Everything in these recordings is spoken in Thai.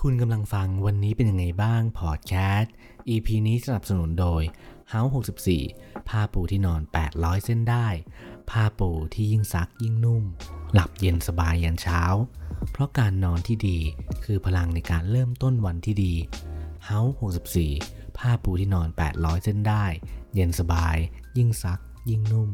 คุณกำลังฟังวันนี้เป็นยังไงบ้างพอดแคสต์ EP นี้สนับสนุนโดย House 64ผ้าปูที่นอน800เส้นได้ผ้าปูที่ยิ่งซักยิ่งนุ่มหลับเย็นสบายยันเช้าเพราะการนอนที่ดีคือพลังในการเริ่มต้นวันที่ดี House 64ผ้าปูที่นอน800เส้นได้เย็นสบายยิ่งซักยิ่งนุ่ม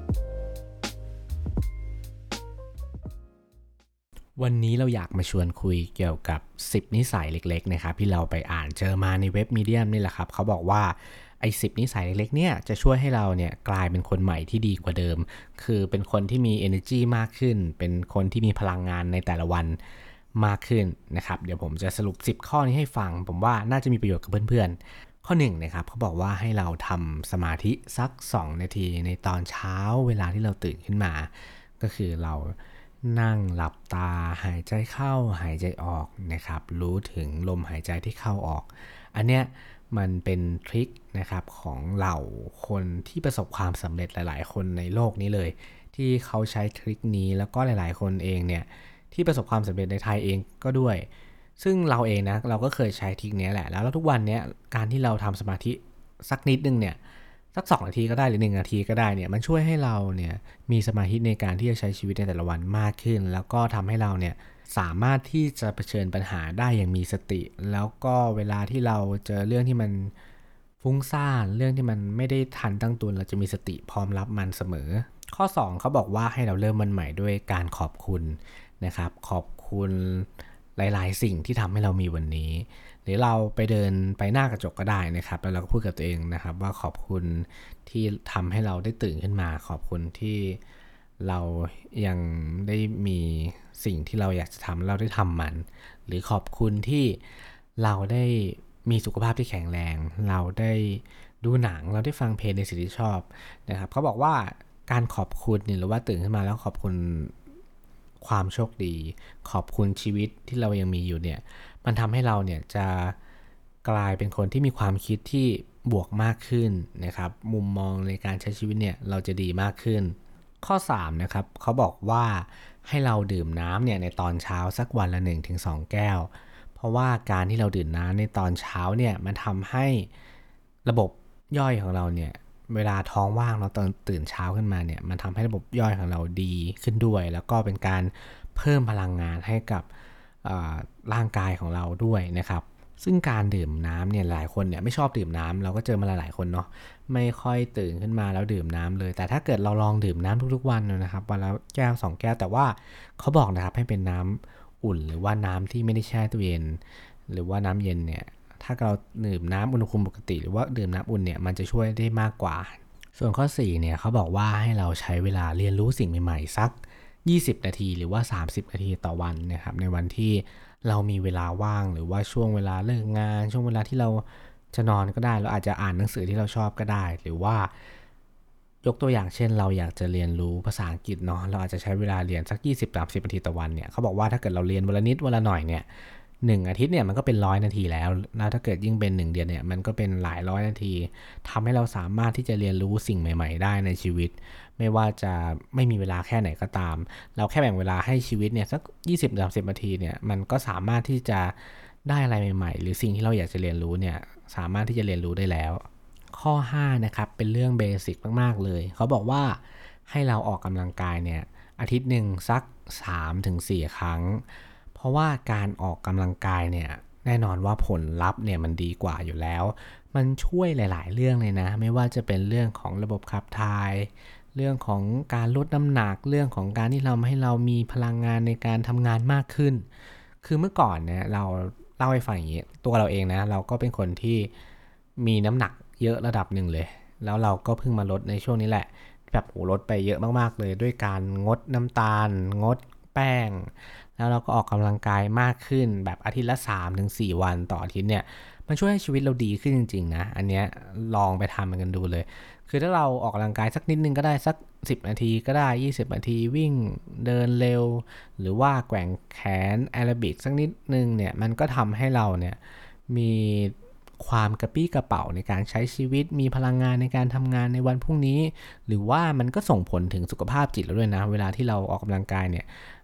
วันนี้เราอยากมาชวนคุยเกี่ยวกับ10นิสัยเล็กๆนะครับที่เราไปอ่านเจอมาในเว็บมีเดียมนี่แหละครับเขาบอกว่าไอ้10นิสัยเล็กๆเนี่ยจะช่วยให้เราเนี่ยกลายเป็นคนใหม่ที่ดีกว่าเดิมคือเป็นคนที่มี energy มากขึ้นเป็นคนที่มีพลังงานในแต่ละวันมากขึ้นนะครับเดี๋ยวผมจะสรุป10ข้อนี้ให้ฟังผมว่าน่าจะมีประโยชน์กับเพื่อนๆข้อ1นะครับเขาบอกว่าให้เราทำสมาธิสัก2นาทีในตอนเช้าเวลาที่เราตื่นขึ้นมาก็คือเรานั่งหลับตาหายใจเข้าหายใจออกนะครับรู้ถึงลมหายใจที่เข้าออกอันเนี้ยมันเป็นทริคนะครับของเหล่าคนที่ประสบความสำเร็จหลายๆคนในโลกนี้เลยที่เขาใช้ทริคนี้แล้วก็หลายๆคนเองเนี่ยที่ประสบความสำเร็จในไทยเองก็ด้วยซึ่งเราเองนะเราก็เคยใช้ทริคนี้แหละแล้วทุกวันนี้การที่เราทำสมาธิสักนิดนึงเนี่ยสัก2นาทีก็ได้หรือ1นาทีก็ได้เนี่ยมันช่วยให้เราเนี่ยมีสมาธิในการที่จะใช้ชีวิตในแต่ละวันมากขึ้นแล้วก็ทำให้เราเนี่ยสามารถที่จะเผชิญปัญหาได้อย่างมีสติแล้วก็เวลาที่เราเจอเรื่องที่มันฟุ้งซ่านเรื่องที่มันไม่ได้ทันตั้งตัวเราจะมีสติพร้อมรับมันเสมอข้อ2เขาบอกว่าให้เราเริ่มวันใหม่ด้วยการขอบคุณนะครับขอบคุณหลายๆสิ่งที่ทำให้เรามีวันนี้หรือเราไปเดินไปหน้ากระจกก็ได้นะครับแล้วเราก็พูดกับตัวเองนะครับว่าขอบคุณที่ทำให้เราได้ตื่นขึ้นมาขอบคุณที่เรายังได้มีสิ่งที่เราอยากจะทำเราได้ทำมันหรือขอบคุณที่เราได้มีสุขภาพที่แข็งแรงเราได้ดูหนังเราได้ฟังเพลงในสิ่งที่ชอบนะครับเขาบอกว่าการขอบคุณหรือว่าตื่นขึ้นมาแล้วขอบคุณความโชคดีขอบคุณชีวิตที่เรายังมีอยู่เนี่ยมันทำให้เราเนี่ยจะกลายเป็นคนที่มีความคิดที่บวกมากขึ้นนะครับมุมมองในการใช้ชีวิตเนี่ยเราจะดีมากขึ้นข้อ3นะครับเขาบอกว่าให้เราดื่มน้ำเนี่ยในตอนเช้าสักวันละ 1-2 แก้วเพราะว่าการที่เราดื่มน้ำในตอนเช้าเนี่ยมันทำให้ระบบย่อยของเราเนี่ยเวลาท้องว่างเนาะตอนตื่นเช้าขึ้นมาเนี่ยมันทำให้ระบบย่อยของเราดีขึ้นด้วยแล้วก็เป็นการเพิ่มพลังงานให้กับร่างกายของเราด้วยนะครับซึ่งการดื่มน้ำเนี่ยหลายคนเนี่ยไม่ชอบดื่มน้ำเราก็เจอมาหลายคนเนาะไม่ค่อยตื่นขึ้นมาแล้วดื่มน้ำเลยแต่ถ้าเกิดเราลองดื่มน้ำทุกๆวันนะครับวันละแก้ว2แก้วแต่ว่าเขาบอกนะครับให้เป็นน้ำอุ่นหรือว่าน้ำที่ไม่ได้แช่ตู้เย็นหรือว่าน้ำเย็นเนี่ยถ้าเราดื่มน้ำอุณหภูมิปกติหรือว่าดื่มน้ำอุ่นเนี่ยมันจะช่วยได้มากกว่าส่วนข้อ4เนี่ยเขาบอกว่าให้เราใช้เวลาเรียนรู้สิ่งใหม่ๆสัก20นาทีหรือว่า30นาทีต่อวันนะครับในวันที่เรามีเวลาว่างหรือว่าช่วงเวลาเลิกงานช่วงเวลาที่เราจะนอนก็ได้เราอาจจะอ่านหนังสือที่เราชอบก็ได้หรือว่ายกตัวอย่างเช่นเราอยากจะเรียนรู้ภาษาอังกฤษเนาะเราอาจจะใช้เวลาเรียนสัก20-30นาทีต่อวันเนี่ยเขาบอกว่าถ้าเกิดเราเรียนวันละนิดวันละหน่อยเนี่ย1อาทิตย์เนี่ยมันก็เป็น100นาทีแล้วถ้าเกิดยิ่งเป็น1เดือนเนี่ยมันก็เป็นหลายร้อยนาทีทำให้เราสามารถที่จะเรียนรู้สิ่งใหม่ๆได้ในชีวิตไม่ว่าจะไม่มีเวลาแค่ไหนก็ตามเราแค่แบ่งเวลาให้ชีวิตเนี่ยสัก20-30นาทีเนี่ยมันก็สามารถที่จะได้อะไรใหม่ๆหรือสิ่งที่เราอยากจะเรียนรู้เนี่ยสามารถที่จะเรียนรู้ได้แล้วข้อ5นะครับเป็นเรื่องเบสิกมากๆเลยเขาบอกว่าให้เราออกกำลังกายเนี่ยอาทิตย์หนึ่งสัก 3-4 ครั้งเพราะว่าการออกกำลังกายเนี่ยแน่นอนว่าผลลัพธ์เนี่ยมันดีกว่าอยู่แล้วมันช่วยหลายๆเรื่องเลยนะไม่ว่าจะเป็นเรื่องของระบบขับถ่ายเรื่องของการลดน้ำหนักเรื่องของการที่ให้เรามีพลังงานในการทำงานมากขึ้นคือเมื่อก่อนเนี่ยเราเล่าให้ฟังอย่างนี้ตัวเราเองนะเราก็เป็นคนที่มีน้ำหนักเยอะระดับหนึ่งเลยแล้วเราก็เพิ่งมาลดในช่วงนี้แหละแบบลดไปเยอะมากๆเลยด้วยการงดน้ำตาลงดแป้งแล้วเราก็ออกกำลังกายมากขึ้นแบบอาทิตย์ละ 3-4 วันต่ออาทิตย์เนี่ยมันช่วยให้ชีวิตเราดีขึ้นจริงๆนะอันเนี้ยลองไปทำกันดูเลยคือถ้าเราออกกำลังกายสักนิดนึงก็ได้สัก10นาทีก็ได้20นาทีวิ่งเดินเร็วหรือว่าแกว่งแขนแอโรบิกสักนิดนึงเนี่ยมันก็ทำให้เราเนี่ยมีความกระปี้กระเป๋าในการใช้ชีวิตมีพลังงานในการทำงานในวันพรุ่งนี้หรือว่ามันก็ส่งผลถึงสุขภาพจิตเราด้วยนะเวลาที่เราออกกำลังกายเนี่ย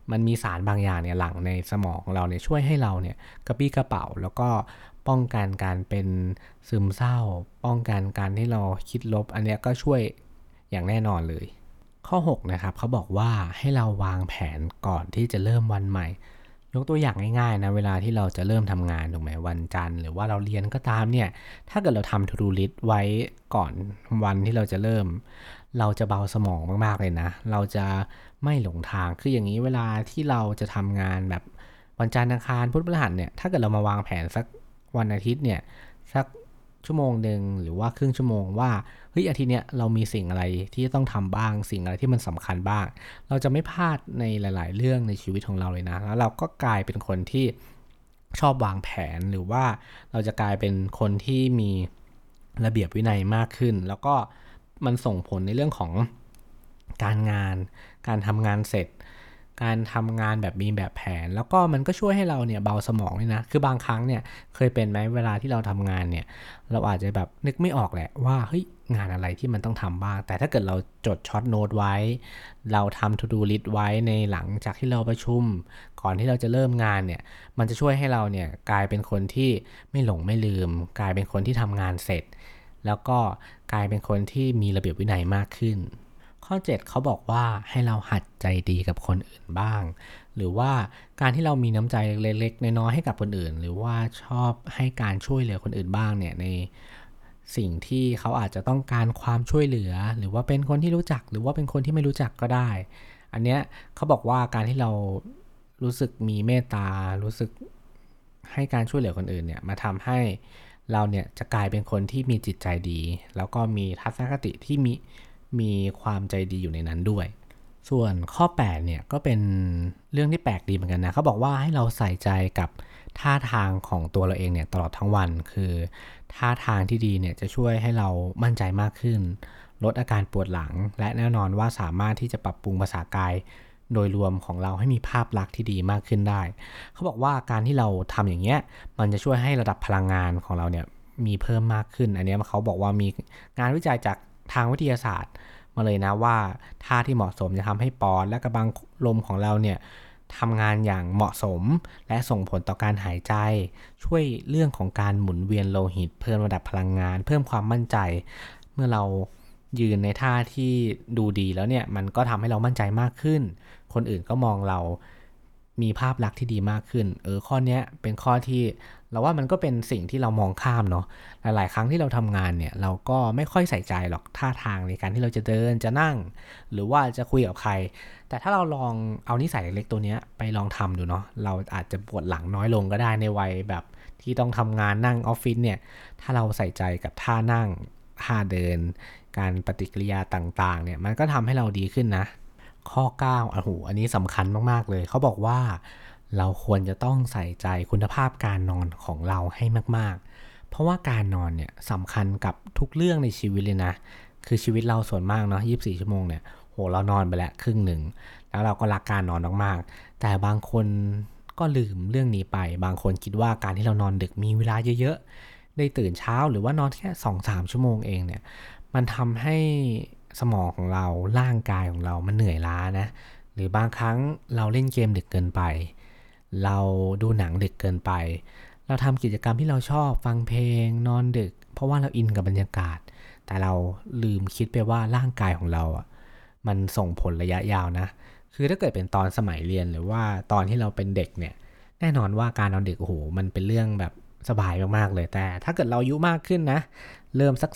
มันมีสารบางอย่างเนี่ยหลั่งในสมองของเราเนี่ยช่วยให้เราเนี่ยกระปรี้กระเป๋าแล้วก็ป้องกันการเป็นซึมเศร้าป้องกันการที่เราคิดลบอันเนี้ยก็ช่วยอย่างแน่นอนเลยข้อ6นะครับเขาบอกว่าให้เราวางแผนก่อนที่จะเริ่มวันใหม่ยกตัวอย่างง่ายๆนะเวลาที่เราจะเริ่มทำงานถูกไหมวันจันทร์หรือว่าเราเรียนก็ตามเนี่ยถ้าเกิดเราทำ to do list ไว้ก่อนวันที่เราจะเริ่มเราจะเบาสมองมากๆเลยนะเราจะไม่หลงทางคืออย่างนี้เวลาที่เราจะทำงานแบบวันจันทร์อังคารพุธพฤหัสเนี่ยถ้าเกิดเรามาวางแผนสักวันอาทิตย์เนี่ยสักชั่วโมงหนึ่งหรือว่าครึ่งชั่วโมงว่าเฮ้ยอาทิตย์เนี้ยเรามีสิ่งอะไรที่ต้องทำบ้างสิ่งอะไรที่มันสำคัญบ้างเราจะไม่พลาดในหลายๆเรื่องในชีวิตของเราเลยนะแล้วเราก็กลายเป็นคนที่ชอบวางแผนหรือว่าเราจะกลายเป็นคนที่มีระเบียบวินัยมากขึ้นแล้วก็มันส่งผลในเรื่องของการงานการทำงานเสร็จการทำงานแบบมีแบบแผนแล้วก็มันก็ช่วยให้เราเนี่ยเบาสมองเลยนะคือบางครั้งเนี่ยเคยเป็นไหมเวลาที่เราทำงานเนี่ยเราอาจจะแบบนึกไม่ออกแหละว่าเฮ้ยงานอะไรที่มันต้องทำบ้างแต่ถ้าเกิดเราจดช็อตโน้ตไว้เราทำ to do list ไว้ในหลังจากที่เราประชุมก่อนที่เราจะเริ่มงานเนี่ยมันจะช่วยให้เราเนี่ยกลายเป็นคนที่ไม่หลงไม่ลืมกลายเป็นคนที่ทำงานเสร็จแล้วก็กลายเป็นคนที่มีระเบียบวินัยมากขึ้นข้อ7เขาบอกว่าให้เราหัดใจดีกับคนอื่นบ้างหรือว่าการที่เรามีน้ำใจเล็กๆน้อยๆให้กับคนอื่นหรือว่าชอบให้การช่วยเหลือคนอื่นบ้างเนี่ยในสิ่งที่เขาอาจจะต้องการความช่วยเหลือหรือว่าเป็นคนที่รู้จักหรือว่าเป็นคนที่ไม่รู้จักก็ได้อันเนี้ยเขาบอกว่าการที่เรารู้สึกมีเมตตารู้สึกให้การช่วยเหลือคนอื่นเนี่ยมาทำให้เราเนี่ยจะกลายเป็นคนที่มีจิตใจดีแล้วก็มีทัศนคติที่มีความใจดีอยู่ในนั้นด้วยส่วนข้อ8เนี่ยก็เป็นเรื่องที่แปลกดีเหมือนกันนะเขาบอกว่าให้เราใส่ใจกับท่าทางของตัวเราเองเนี่ยตลอดทั้งวันคือท่าทางที่ดีเนี่ยจะช่วยให้เรามั่นใจมากขึ้นลดอาการปวดหลังและแน่นอนว่าสามารถที่จะปรับปรุงภาษากายโดยรวมของเราให้มีภาพลักษณ์ที่ดีมากขึ้นได้เขาบอกว่าการที่เราทำอย่างเงี้ยมันจะช่วยให้ระดับพลังงานของเราเนี่ยมีเพิ่มมากขึ้นอันนี้เขาบอกว่ามีงานวิจัยจากทางวิทยาศาสตร์มาเลยนะว่าท่าที่เหมาะสมจะทำให้ปอดและกระบังลมของเราเนี่ยทำงานอย่างเหมาะสมและส่งผลต่อการหายใจช่วยเรื่องของการหมุนเวียนโลหิตเพิ่มระดับพลังงานเพิ่มความมั่นใจเมื่อเรายืนในท่าที่ดูดีแล้วเนี่ยมันก็ทำให้เรามั่นใจมากขึ้นคนอื่นก็มองเรามีภาพลักษณ์ที่ดีมากขึ้นข้อนี้เป็นข้อที่เราว่ามันก็เป็นสิ่งที่เรามองข้ามเนาะหลายๆครั้งที่เราทำงานเนี่ยเราก็ไม่ค่อยใส่ใจหรอกท่าทางในการที่เราจะเดินจะนั่งหรือว่าจะคุยกับใครแต่ถ้าเราลองเอานิสัยเล็กๆตัวนี้ไปลองทำดูเนาะเราอาจจะปวดหลังน้อยลงก็ได้ในวัยแบบที่ต้องทำงานนั่งออฟฟิศเนี่ยถ้าเราใส่ใจกับท่านั่งท่าเดินการปฏิกิริยาต่างๆเนี่ยมันก็ทำให้เราดีขึ้นนะข้อ9อันนี้สำคัญมากๆเลยเขาบอกว่าเราควรจะต้องใส่ใจคุณภาพการนอนของเราให้มากๆเพราะว่าการนอนเนี่ยสำคัญกับทุกเรื่องในชีวิตเลยนะคือชีวิตเราส่วนมากเนาะ24ชั่วโมงเนี่ยเรานอนไปแล้วครึ่งหนึ่งแล้วเราก็รักการนอนมากๆแต่บางคนก็ลืมเรื่องนี้ไปบางคนคิดว่าการที่เรานอนดึกมีเวลาเยอะๆได้ตื่นเช้าหรือว่านอนแค่ 2-3 ชั่วโมงเองเนี่ยมันทำให้สมองของเราร่างกายของเรามันเหนื่อยล้านะหรือบางครั้งเราเล่นเกมดึกเกินไปเราดูหนังดึกเกินไปเราทำกิจกรรมที่เราชอบฟังเพลงนอนดึกเพราะว่าเราอินกับบรรยากาศแต่เราลืมคิดไปว่าร่างกายของเราอ่ะมันส่งผลระยะยาวนะคือถ้าเกิดเป็นตอนสมัยเรียนหรือว่าตอนที่เราเป็นเด็กเนี่ยแน่นอนว่าการนอนดึกมันเป็นเรื่องแบบสบายมากๆเลยแต่ถ้าเกิดเราอายุมากขึ้นนะเริ่มสัก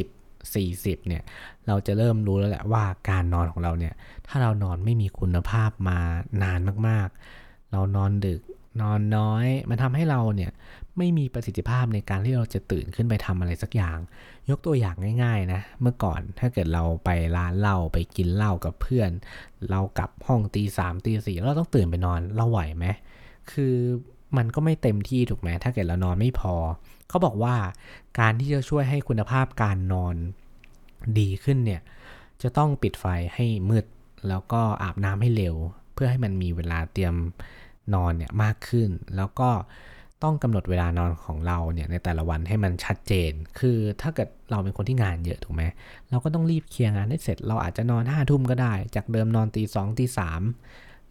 30-40เนี่ยเราจะเริ่มรู้แล้วแหละว่าการนอนของเราเนี่ยถ้าเรานอนไม่มีคุณภาพมานานมากๆเรานอนดึกนอนน้อยมันทำให้เราเนี่ยไม่มีประสิทธิภาพในการที่เราจะตื่นขึ้นไปทำอะไรสักอย่างยกตัวอย่างง่ายๆนะเมื่อก่อนถ้าเกิดเราไปร้านเหล้าไปกินเหล้ากับเพื่อนเรากลับห้อง3 ตี 4เราต้องตื่นไปนอนเราไหวไหมคือมันก็ไม่เต็มที่ถูกไหมถ้าเกิดเรานอนไม่พอเขาบอกว่าการที่จะช่วยให้คุณภาพการนอนดีขึ้นเนี่ยจะต้องปิดไฟให้มืดแล้วก็อาบน้ำให้เร็วเพื่อให้มันมีเวลาเตรียมนอนเนี่ยมากขึ้นแล้วก็ต้องกำหนดเวลานอนของเราเนี่ยในแต่ละวันให้มันชัดเจนคือถ้าเกิดเราเป็นคนที่งานเยอะถูกไหมเราก็ต้องรีบเคลียร์งานให้เสร็จเราอาจจะนอน5 ทุ่มก็ได้จากเดิมนอนตี 2 ตี 3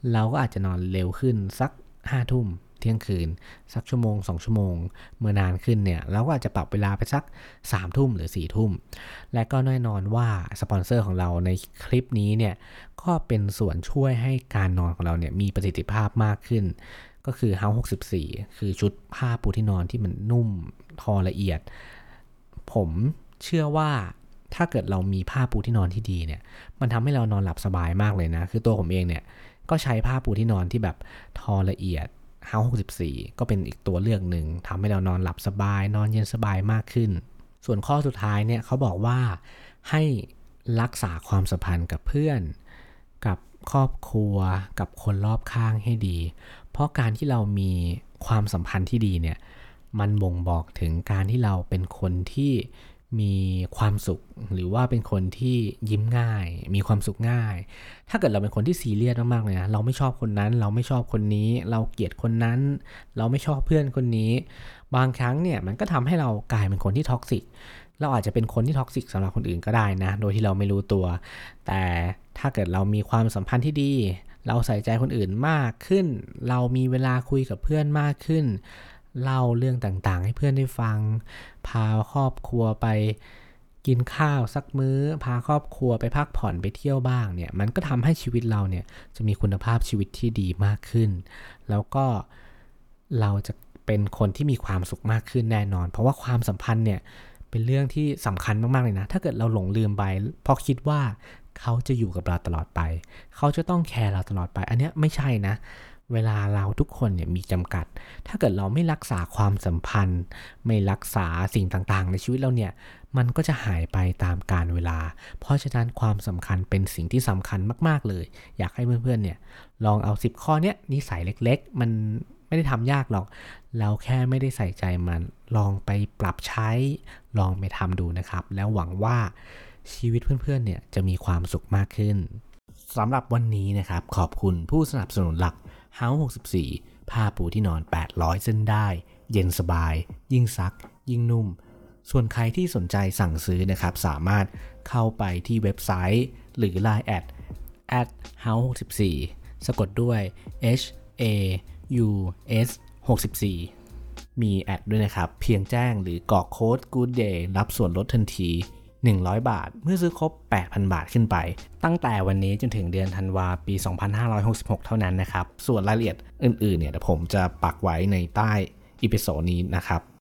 เราก็อาจจะนอนเร็วขึ้นสัก5 ทุ่มเที่ยงคืนสักชั่วโมง2 ชั่วโมงเมื่อนานขึ้นเนี่ยเราก็อาจจะปรับเวลาไปสัก3 ทุ่มหรือ4 ทุ่มและก็แน่นอนว่าสปอนเซอร์ของเราในคลิปนี้เนี่ยก็เป็นส่วนช่วยให้การนอนของเราเนี่ยมีประสิทธิภาพมากขึ้นก็คือ House 64คือชุดผ้าปูที่นอนที่มันนุ่มทอละเอียดผมเชื่อว่าถ้าเกิดเรามีผ้าปูที่นอนที่ดีเนี่ยมันทำให้เรานอนหลับสบายมากเลยนะคือตัวผมเองเนี่ยก็ใช้ผ้าปูที่นอนที่แบบทอละเอียด House 64ก็เป็นอีกตัวเลือกหนึ่งทำให้เรานอนหลับสบายนอนเย็นสบายมากขึ้นส่วนข้อสุดท้ายเนี่ยเขาบอกว่าให้รักษาความสัมพันธ์กับเพื่อนกับครอบครัวกับคนรอบข้างให้ดีเพราะการที่เรามีความสัมพันธ์ที่ดีเนี่ยมันบ่งบอกถึงการที่เราเป็นคนที่มีความสุขหรือว่าเป็นคนที่ยิ้มง่ายมีความสุขง่ายถ้าเกิดเราเป็นคนที่ซีเรียสมากๆเลยนะเราไม่ชอบคนนั้นเราไม่ชอบคนนี้เราเกลียดคนนั้นเราไม่ชอบเพื่อนคนนี้บางครั้งเนี่ยมันก็ทำให้เรากลายเป็นคนที่ท็อกซิกเราอาจจะเป็นคนที่ท็อกซิกสำหรับคนอื่นก็ได้นะโดยที่เราไม่รู้ตัวแต่ถ้าเกิดเรามีความสัมพันธ์ที่ดีเราใส่ใจคนอื่นมากขึ้นเรามีเวลาคุยกับเพื่อนมากขึ้นเล่าเรื่องต่างๆให้เพื่อนได้ฟังพาครอบครัวไปกินข้าวสักมื้อพาครอบครัวไปพักผ่อนไปเที่ยวบ้างเนี่ยมันก็ทำให้ชีวิตเราเนี่ยจะมีคุณภาพชีวิตที่ดีมากขึ้นแล้วก็เราจะเป็นคนที่มีความสุขมากขึ้นแน่นอนเพราะว่าความสัมพันธ์เนี่ยเป็นเรื่องที่สำคัญมากๆเลยนะถ้าเกิดเราหลงลืมไปเพราะคิดว่าเขาจะอยู่กับเราตลอดไปเขาจะต้องแคร์เราตลอดไปอันเนี้ยไม่ใช่นะเวลาเราทุกคนเนี่ยมีจำกัดถ้าเกิดเราไม่รักษาความสัมพันธ์ไม่รักษาสิ่งต่างๆในชีวิตเราเนี่ยมันก็จะหายไปตามกาลเวลาเพราะฉะนั้นความสำคัญเป็นสิ่งที่สำคัญมากๆเลยอยากให้เพื่อนๆเนี่ยลองเอา10 ข้อเนี้ยนิสัยเล็กๆมันไม่ได้ทำยากหรอกเราแค่ไม่ได้ใส่ใจมันลองไปปรับใช้ลองไปทำดูนะครับแล้วหวังว่าชีวิตเพื่อนๆเนี่ยจะมีความสุขมากขึ้นสำหรับวันนี้นะครับขอบคุณผู้สนับสนุนหลัก House 64ผ้าปูที่นอน800เส้นได้เย็นสบายยิ่งซักยิ่งนุ่มส่วนใครที่สนใจสั่งซื้อนะครับสามารถเข้าไปที่เว็บไซต์หรือ Line @house 64สะกดด้วย HAUS 64มีแอดด้วยนะครับเพียงแจ้งหรือกรอกโค้ด Good Day รับส่วนลดทันที100 บาทเมื่อซื้อครบ 8,000 บาทขึ้นไปตั้งแต่วันนี้จนถึงเดือนธันวาปี 2566 เท่านั้นนะครับส่วนรายละเอียดอื่นๆเนี่ยเดี๋ยวผมจะปักไว้ในใต้อีพิโซดนี้นะครับ